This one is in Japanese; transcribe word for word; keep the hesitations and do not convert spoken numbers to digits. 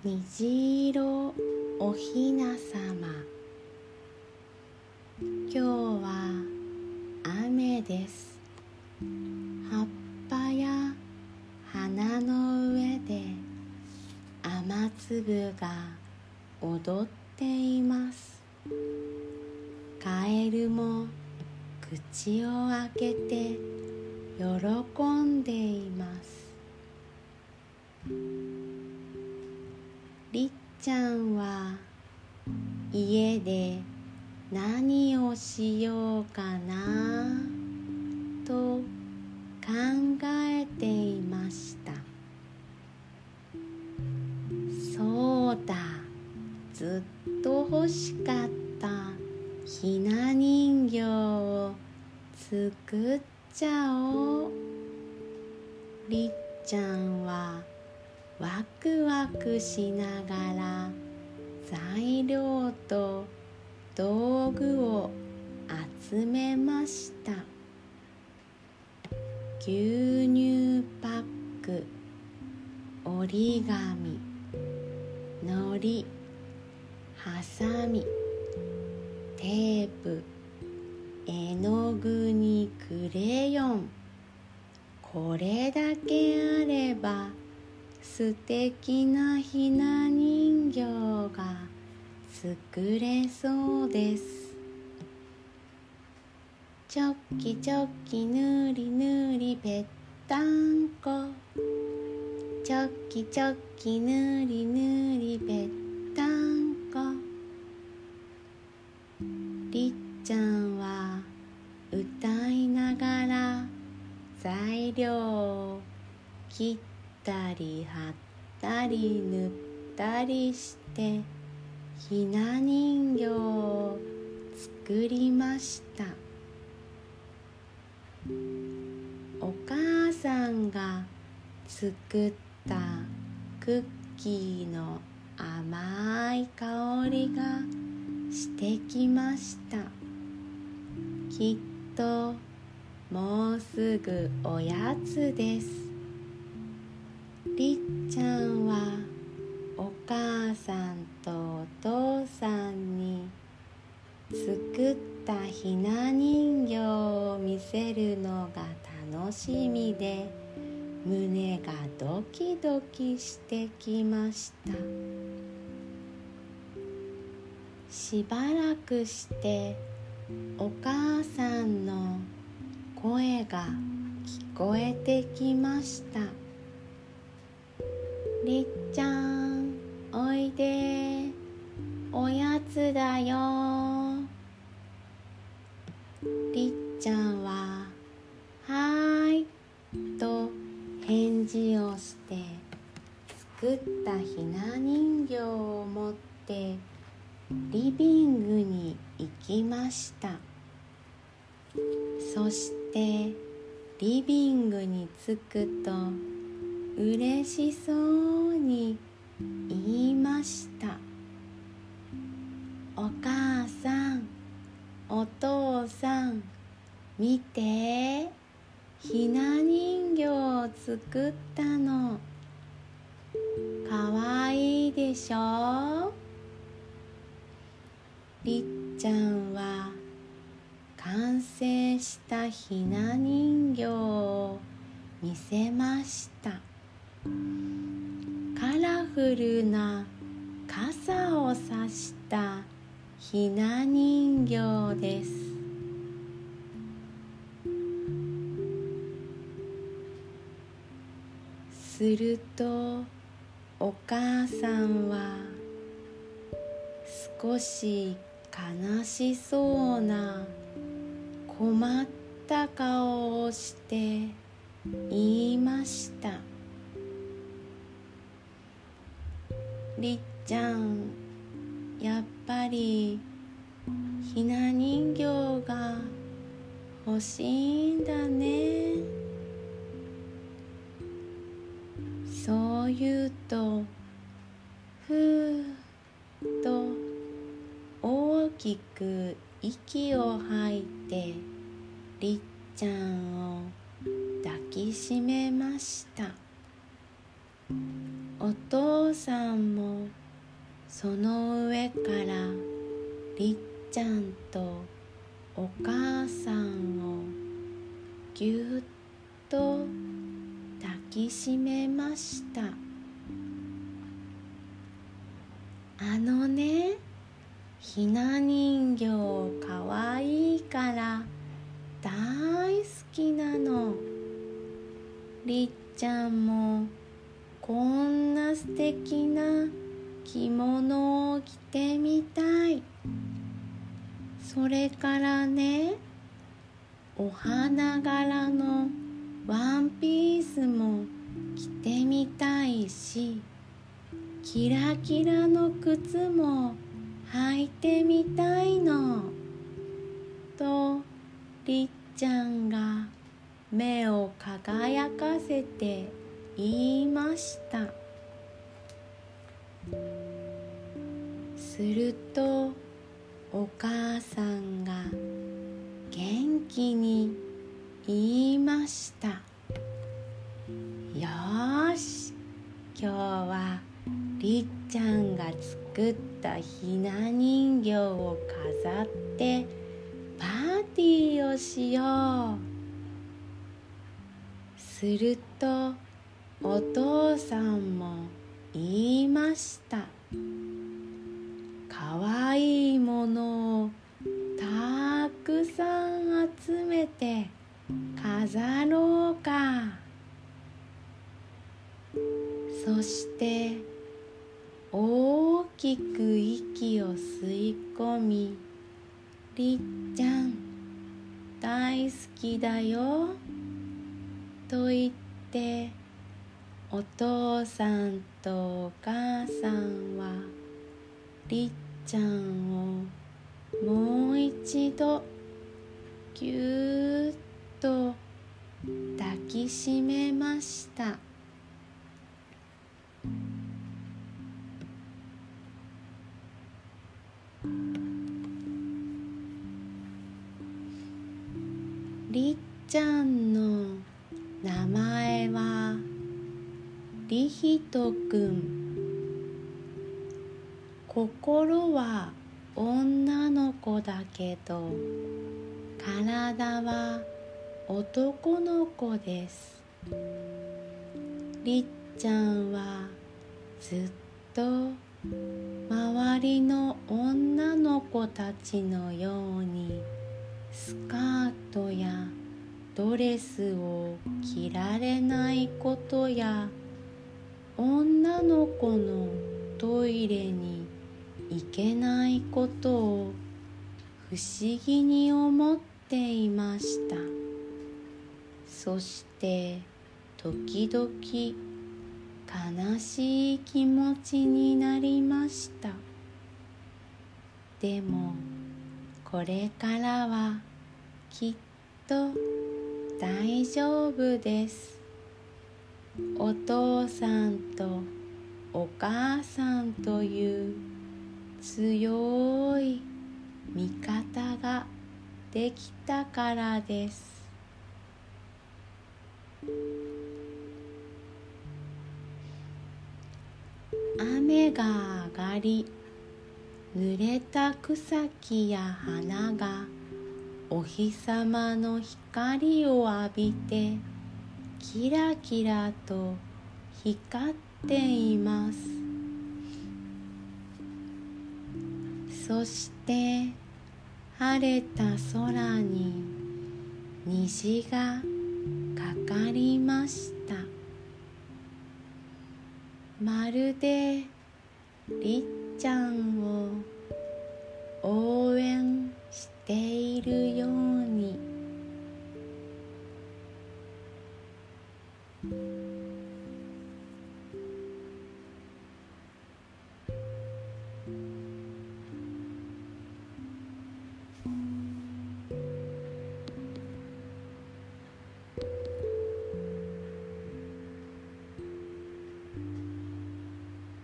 虹色おひなさま、今日は雨です。葉っぱや花の上で雨粒が踊っています。カエルも口を開けて喜んでいます。りっちゃんは家で何をしようかなと考えていました。そうだ、ずっと欲しかったひな人形を作っちゃおう。りっちゃんはワクワクしながら材料と道具を集めました。牛乳パック、折り紙、のり、はさみ、テープ、絵の具にクレヨン。これだけあれば素敵なひな人形が作れそうです。チョッキチョッキぬりぬりぺったんこ、チョッキチョッキぬりぬりぺったんこ。りっちゃんは歌いながら材料を切ったり貼ったり塗ったりしてひな人形を作りました。お母さんが作ったクッキーの甘い香りがしてきました。きっともうすぐおやつです。りっちゃんはお母さんとお父さんに作ったひな人形を見せるのが楽しみで胸がドキドキしてきました。しばらくしてお母さんの声が聞こえてきました。りっちゃん、おいで、おやつだよ。りっちゃんははーいと返事をして作ったひな人形を持ってリビングに行きました。そしてリビングに着くと嬉しそうに言いました。お母さん、お父さん、見て、ひな人形を作ったの。かわいいでしょ。りっちゃんは完成したひな人形を見せました。カラフルな傘をさしたひな人形です。するとお母さんは少し悲しそうな困った顔をして言いました。りっちゃん、やっぱりひな人形が欲しいんだね。そう言うとふーっと大きく息を吐いてりっちゃんを抱きしめました。 お父さんもその上からりっちゃんとお母さんをぎゅっと抱きしめました。あのね、ひな人形かわいいから大好きなの。りっちゃんもこんな素敵な着物を着てみたい。それからね、お花柄のワンピースも着てみたいし、キラキラの靴も履いてみたいの。とりっちゃんが目を輝かせて言いました。するとお母さんが元気に言いました。よーし、今日はりっちゃんが作ったひな人形を飾ってパーティーをしよう。するとお父さんも言いました。かわいいものをたくさん集めて飾ろうか。そして大きく息を吸い込み、りっちゃん大好きだよと言ってお父さんとお母さんはりっちゃんをもう一度ぎゅーっと抱きしめました。りっちゃんの名前はりひとくん。心は女の子だけど体は男の子です。りっちゃんはずっと周りの女の子たちのようにスカートやドレスを着られないことや、女の子のトイレに行けないことを不思議に思っていました。そして時々悲しい気持ちになりました。でもこれからはきっと大丈夫です。お父さんとお母さんという強い味方ができたからです。雨が上がり、濡れた草木や花がお日様の光を浴びてキラキラと光っています。そして晴れた空に虹がかかりました。まるでりっちゃんを応援しているように。